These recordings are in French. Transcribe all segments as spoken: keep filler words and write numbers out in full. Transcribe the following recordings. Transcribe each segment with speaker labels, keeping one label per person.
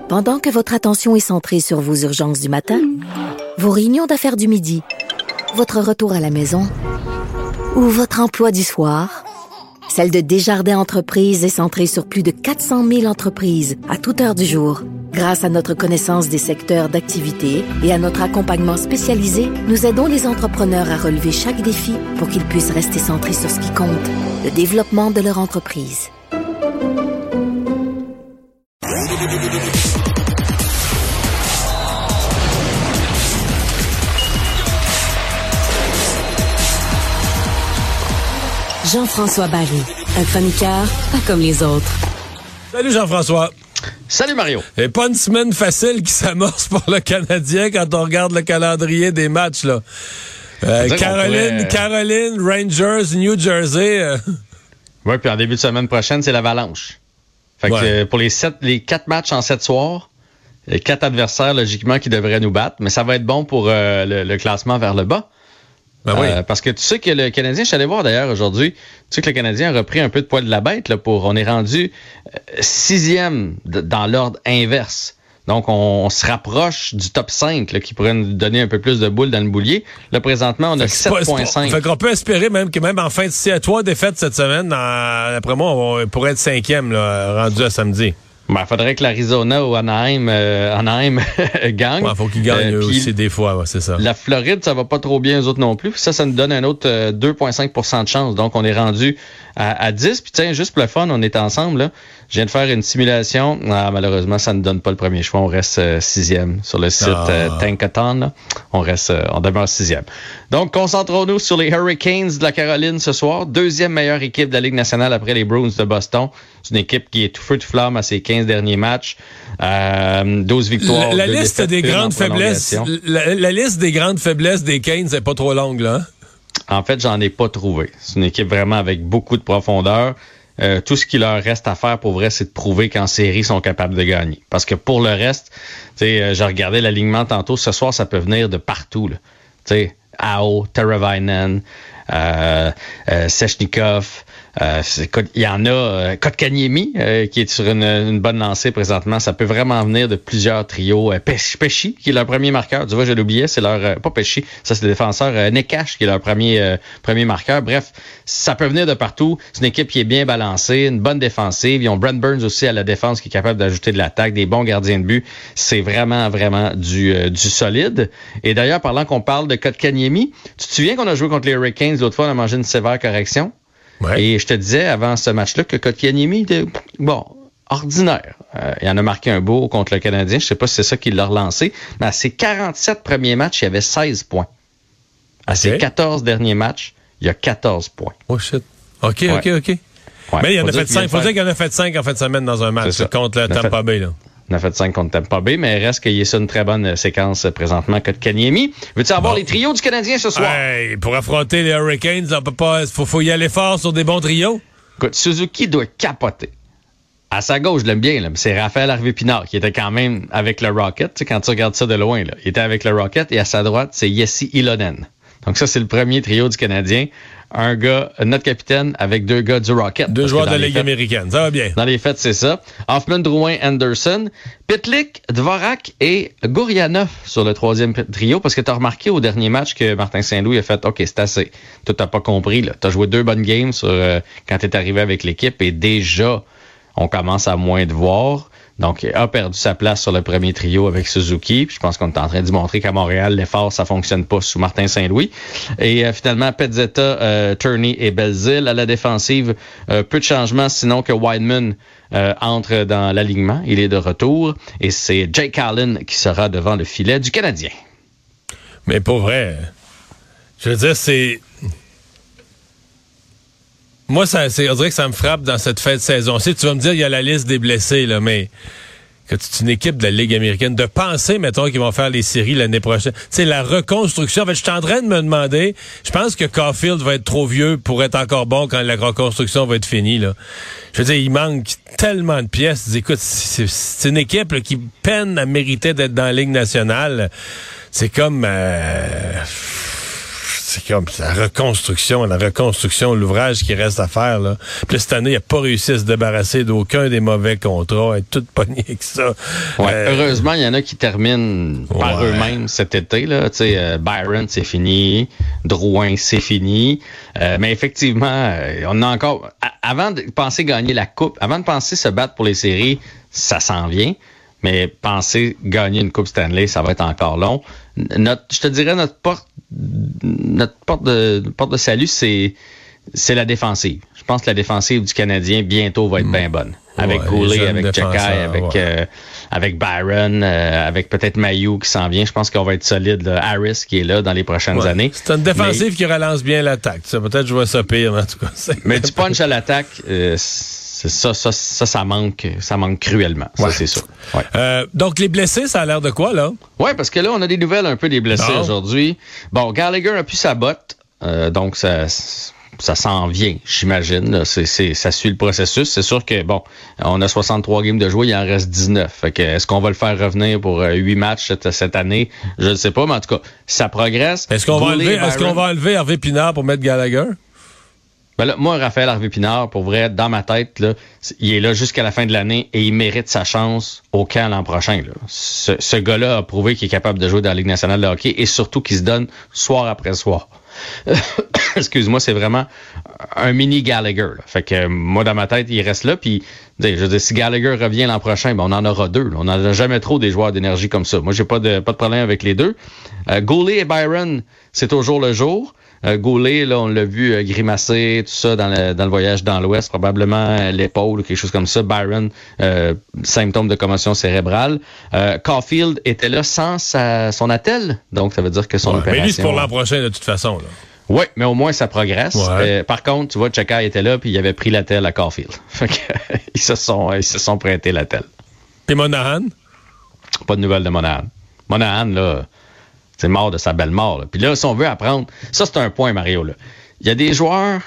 Speaker 1: Pendant que votre attention est centrée sur vos urgences du matin, vos réunions d'affaires du midi, votre retour à la maison ou votre emploi du soir, celle de Desjardins Entreprises est centrée sur plus de quatre cent mille entreprises à toute heure du jour. Grâce à notre connaissance des secteurs d'activité et à notre accompagnement spécialisé, nous aidons les entrepreneurs à relever chaque défi pour qu'ils puissent rester centrés sur ce qui compte, le développement de leur entreprise.
Speaker 2: Jean-François Barry, un chroniqueur pas comme les autres.
Speaker 3: Salut Jean-François.
Speaker 4: Salut Mario.
Speaker 3: Et pas une semaine facile qui s'amorce pour le Canadien quand on regarde le calendrier des matchs, là. Euh, Caroline, pourrait... Caroline, Rangers, New Jersey. Euh...
Speaker 4: Oui, puis en début de semaine prochaine, c'est l'Avalanche. Fait ouais. que euh, pour les sept, les quatre matchs en sept soirs, les quatre adversaires, logiquement, qui devraient nous battre, mais ça va être bon pour euh, le, le classement vers le bas. Ben oui. euh, parce que tu sais que le Canadien, je suis allé voir d'ailleurs aujourd'hui, tu sais que le Canadien a repris un peu de poids de la bête, là, pour, on est rendu euh, sixième de, dans l'ordre inverse. Donc, on, on se rapproche du top cinq, là, qui pourrait nous donner un peu plus de boules dans le boulier. Là, présentement, on a sept virgule cinq.
Speaker 3: Fait qu'on peut espérer même que même en fin de série, à trois défaites cette semaine, dans, après moi, on pourrait être cinquième, là, rendu à samedi.
Speaker 4: Ben, faudrait que l'Arizona ou Anaheim, euh, Anaheim gagne.
Speaker 3: Ouais, faut qu'ils gagnent euh, aussi des fois, ouais, c'est ça.
Speaker 4: La Floride, ça va pas trop bien, eux autres non plus. Puis ça, ça nous donne un autre euh, deux virgule cinq pour cent de chance. Donc, on est rendu à, à dix. Puis tiens, juste pour le fun, on est ensemble, là. Je viens de faire une simulation. Ah, malheureusement, ça ne donne pas le premier choix. On reste euh, sixième sur le site ah. euh, Tankathon. Là. On reste, euh, on demeure sixième. Donc, concentrons-nous sur les Hurricanes de la Caroline ce soir. Deuxième meilleure équipe de la Ligue nationale après les Bruins de Boston. C'est une équipe qui est tout feu tout flamme à ses quinze derniers matchs. Euh, douze victoires.
Speaker 3: La, la liste des grandes faiblesses, la, la liste des grandes faiblesses des Canes n'est pas trop longue, là. Hein?
Speaker 4: En fait, j'en ai pas trouvé. C'est une équipe vraiment avec beaucoup de profondeur. Euh, tout ce qui leur reste à faire pour vrai, c'est de prouver qu'en série, ils sont capables de gagner. Parce que pour le reste, tu sais, euh, j'ai regardé l'alignement tantôt. Ce soir, ça peut venir de partout, là. Tu sais, Ao, Teravainen, euh, euh, Svechnikov. Euh, il y en a euh, Kotkaniemi euh, qui est sur une, une bonne lancée présentement. Ça peut vraiment venir de plusieurs trios. Euh, Pesci, qui est leur premier marqueur. Tu vois, je l'oubliais, c'est leur... Euh, pas Pesci, ça c'est le défenseur. Euh, Nekash, qui est leur premier euh, premier marqueur. Bref, ça peut venir de partout. C'est une équipe qui est bien balancée, une bonne défensive. Ils ont Brent Burns aussi à la défense qui est capable d'ajouter de l'attaque, des bons gardiens de but. C'est vraiment, vraiment du, euh, du solide. Et d'ailleurs, parlant qu'on parle de Kotkaniemi, tu te souviens qu'on a joué contre les Hurricanes l'autre fois, on a mangé une sévère correction? Ouais. Et je te disais avant ce match-là que Kotkaniemi était, bon, ordinaire. Euh, il en a marqué un beau contre le Canadien. Je sais pas si c'est ça qui l'a relancé. Mais à ses quarante-sept premiers matchs, il y avait seize points. À okay. ses quatorze derniers matchs, il y a quatorze points.
Speaker 3: Oh shit. OK, ouais. OK, OK. Ouais. Mais il en a fait cinq. Il faut dire qu'il en a fait cinq en fin de semaine dans un match contre le Tampa Bay, là.
Speaker 4: On a fait cinq contre Tampa Bay, mais il reste qu'il y ait ça une très bonne séquence présentement. Kotkaniemi. Veux-tu avoir bon. les trios du Canadien ce soir?
Speaker 3: Hey, pour affronter les Hurricanes, on peut pas. Faut, faut y aller fort sur des bons trios.
Speaker 4: Écoute, Suzuki doit capoter. À sa gauche, je l'aime bien, là, mais c'est Raphaël Harvey-Pinard qui était quand même avec le Rocket. Tu sais, quand tu regardes ça de loin, là, il était avec le Rocket et à sa droite, c'est Jesse Ilonen. Donc ça, c'est le premier trio du Canadien. Un gars, notre capitaine, avec deux gars du Rocket.
Speaker 3: Deux joueurs de la Ligue fêtes, américaine, ça va bien.
Speaker 4: Dans les fêtes, c'est ça. Hoffman, Drouin, Anderson, Pitlick, Dvorak et Gourianov sur le troisième trio. Parce que tu as remarqué au dernier match que Martin Saint-Louis a fait « OK, c'est assez. » Toi, t'as pas compris. Tu as joué deux bonnes games sur, euh, quand tu es arrivé avec l'équipe et déjà, on commence à moins te voir. Donc, il a perdu sa place sur le premier trio avec Suzuki. Puis je pense qu'on est en train de montrer qu'à Montréal, l'effort, ça fonctionne pas sous Martin Saint-Louis. Et euh, finalement, Pezzetta, euh, Turney et Belzile à la défensive. Euh, peu de changements, sinon que Wideman euh, entre dans l'alignement. Il est de retour. Et c'est Jake Allen qui sera devant le filet du Canadien.
Speaker 3: Mais pour vrai, je veux dire, c'est... Moi, ça, c'est, on dirait que ça me frappe dans cette fin de saison-ci. Tu vas me dire, il y a la liste des blessés, là, mais que c'est une équipe de la Ligue américaine, de penser, mettons, qu'ils vont faire les séries l'année prochaine. Tu sais, la reconstruction. En fait, je suis en train de me demander, je pense que Caulfield va être trop vieux pour être encore bon quand la reconstruction va être finie, là. Je veux dire, il manque tellement de pièces. Écoute, c'est, c'est une équipe là, qui peine à mériter d'être dans la Ligue nationale. C'est comme... Euh, c'est comme la reconstruction, la reconstruction, l'ouvrage qui reste à faire. Là. Puis cette année, il n'a pas réussi à se débarrasser d'aucun des mauvais contrats, être tout pogné avec ça.
Speaker 4: Ouais,
Speaker 3: euh,
Speaker 4: heureusement, il y en a qui terminent par
Speaker 3: ouais.
Speaker 4: eux-mêmes cet été. Là. Tu sais, euh, Byron, c'est fini. Drouin, c'est fini. Euh, mais effectivement, euh, on a encore... À, avant de penser gagner la Coupe, avant de penser se battre pour les séries, ça s'en vient. Mais penser gagner une Coupe Stanley, ça va être encore long. Notre, je te dirais, notre porte, notre porte de, porte de salut, c'est, c'est la défensive. Je pense que la défensive du Canadien, bientôt, va être mmh. bien bonne. Avec ouais, Goulet, avec Chekai, avec, ouais. euh, avec Byron, euh, avec peut-être Mailloux qui s'en vient. Je pense qu'on va être solide. Là. Harris qui est là dans les prochaines ouais. années.
Speaker 3: C'est une défensive mais, qui relance bien l'attaque. Ça, peut-être je vois ça pire, en tout cas.
Speaker 4: Mais du punch à l'attaque, euh, c'est ça, ça, ça, ça manque, ça manque cruellement. Ça, ouais. c'est sûr. Ouais.
Speaker 3: Euh, donc, les blessés, ça a l'air de quoi, là?
Speaker 4: Oui, parce que là, on a des nouvelles un peu des blessés non. aujourd'hui. Bon, Gallagher a pu sa botte, euh, donc ça, ça s'en vient, j'imagine. C'est, c'est, ça suit le processus. C'est sûr que, bon, on a soixante-trois games de jouer, il en reste dix-neuf. Fait que, est-ce qu'on va le faire revenir pour euh, huit matchs cette, cette année? Je ne sais pas, mais en tout cas, ça progresse.
Speaker 3: Est-ce qu'on, va enlever, est-ce qu'on va enlever Hervé Pinard pour mettre Gallagher?
Speaker 4: Ben là, moi, Raphaël Harvey-Pinard, pour vrai, dans ma tête, là, il est là jusqu'à la fin de l'année et il mérite sa chance au camp l'an prochain. Là. Ce, ce gars-là a prouvé qu'il est capable de jouer dans la Ligue nationale de hockey et surtout qu'il se donne soir après soir. Excuse-moi, c'est vraiment un mini Gallagher. Là. Fait que moi, dans ma tête, il reste là. Puis, je veux dire, si Gallagher revient l'an prochain, ben on en aura deux. Là. On n'en a jamais trop des joueurs d'énergie comme ça. Moi, j'ai pas de pas de problème avec les deux. Euh, Goulet et Byron, c'est au jour le jour. Euh, Goulet, là, on l'a vu euh, grimacer, tout ça, dans le, dans le voyage dans l'Ouest, probablement euh, l'épaule ou quelque chose comme ça. Byron, euh, symptômes de commotion cérébrale. Euh, Caulfield était là sans sa, son attelle, donc ça veut dire que son
Speaker 3: ouais,
Speaker 4: opération...
Speaker 3: Mais lui, c'est pour l'an prochain, de toute façon. Là.
Speaker 4: Oui, mais au moins, ça progresse.
Speaker 3: Ouais.
Speaker 4: Euh, par contre, tu vois, Chekai était là, puis il avait pris l'attelle à Caulfield. Fait que, ils se sont, ils se sont prêtés l'attelle.
Speaker 3: Puis Monahan? Pas
Speaker 4: de nouvelles de Monahan. Monahan, là... c'est mort de sa belle mort. Là. Puis là, si on veut apprendre, ça c'est un point, Mario. Là. Il y a des joueurs,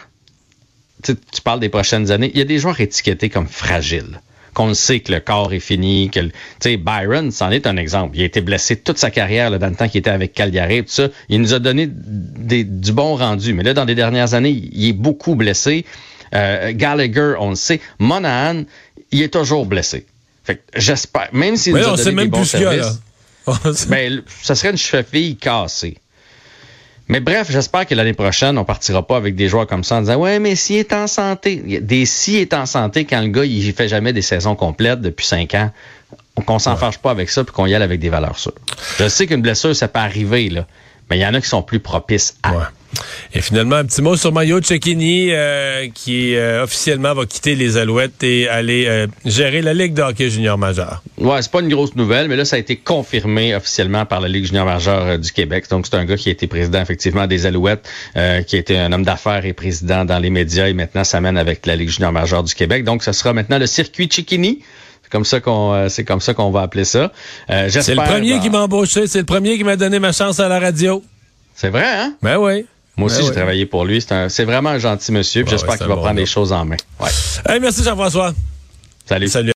Speaker 4: tu parles des prochaines années, il y a des joueurs étiquetés comme fragiles, qu'on le sait que le corps est fini. Que, tu sais, Byron, c'en est un exemple. Il a été blessé toute sa carrière là, dans le temps qu'il était avec Calgary, tout ça. Il nous a donné des, du bon rendu. Mais là, dans les dernières années, il est beaucoup blessé. Euh, Gallagher, on le sait. Monahan, il est toujours blessé. Fait que j'espère, même s'il
Speaker 3: oui,
Speaker 4: nous a
Speaker 3: on
Speaker 4: donné
Speaker 3: sait
Speaker 4: des
Speaker 3: même
Speaker 4: bons
Speaker 3: plus
Speaker 4: services... ben, ça serait une cheville cassée. Mais bref, j'espère que l'année prochaine, on partira pas avec des joueurs comme ça en disant « Ouais, mais s'il est en santé. » Des s'il est en santé quand le gars, il fait jamais des saisons complètes depuis cinq ans. Qu'on s'en ouais. fâche pas avec ça puis qu'on y aille avec des valeurs sûres. Je sais qu'une blessure, ça peut arriver, là. Mais il y en a qui sont plus propices à...
Speaker 3: Ouais. Et finalement, un petit mot sur Mario Cecchini, euh, qui euh, officiellement va quitter les Alouettes et aller euh, gérer la Ligue de hockey junior majeur.
Speaker 4: Ouais, c'est pas une grosse nouvelle, mais là, ça a été confirmé officiellement par la Ligue junior majeure euh, du Québec. Donc, c'est un gars qui a été président, effectivement, des Alouettes, euh, qui a été un homme d'affaires et président dans les médias et maintenant s'amène avec la Ligue junior majeure du Québec. Donc, ce sera maintenant le circuit Cecchini. C'est comme ça qu'on, euh, c'est comme ça qu'on va appeler ça. Euh, j'espère,
Speaker 3: c'est le premier
Speaker 4: bah...
Speaker 3: qui m'a embauché, c'est le premier qui m'a donné ma chance à la radio.
Speaker 4: C'est vrai, hein?
Speaker 3: Ben oui.
Speaker 4: Moi aussi,
Speaker 3: ben
Speaker 4: j'ai
Speaker 3: oui.
Speaker 4: travaillé pour lui. C'est, un, c'est vraiment un gentil monsieur. Puis ben j'espère ouais, qu'il va bon prendre gars. les choses en main. Ouais.
Speaker 3: Hey, merci Jean-François.
Speaker 4: Salut.
Speaker 3: Salut.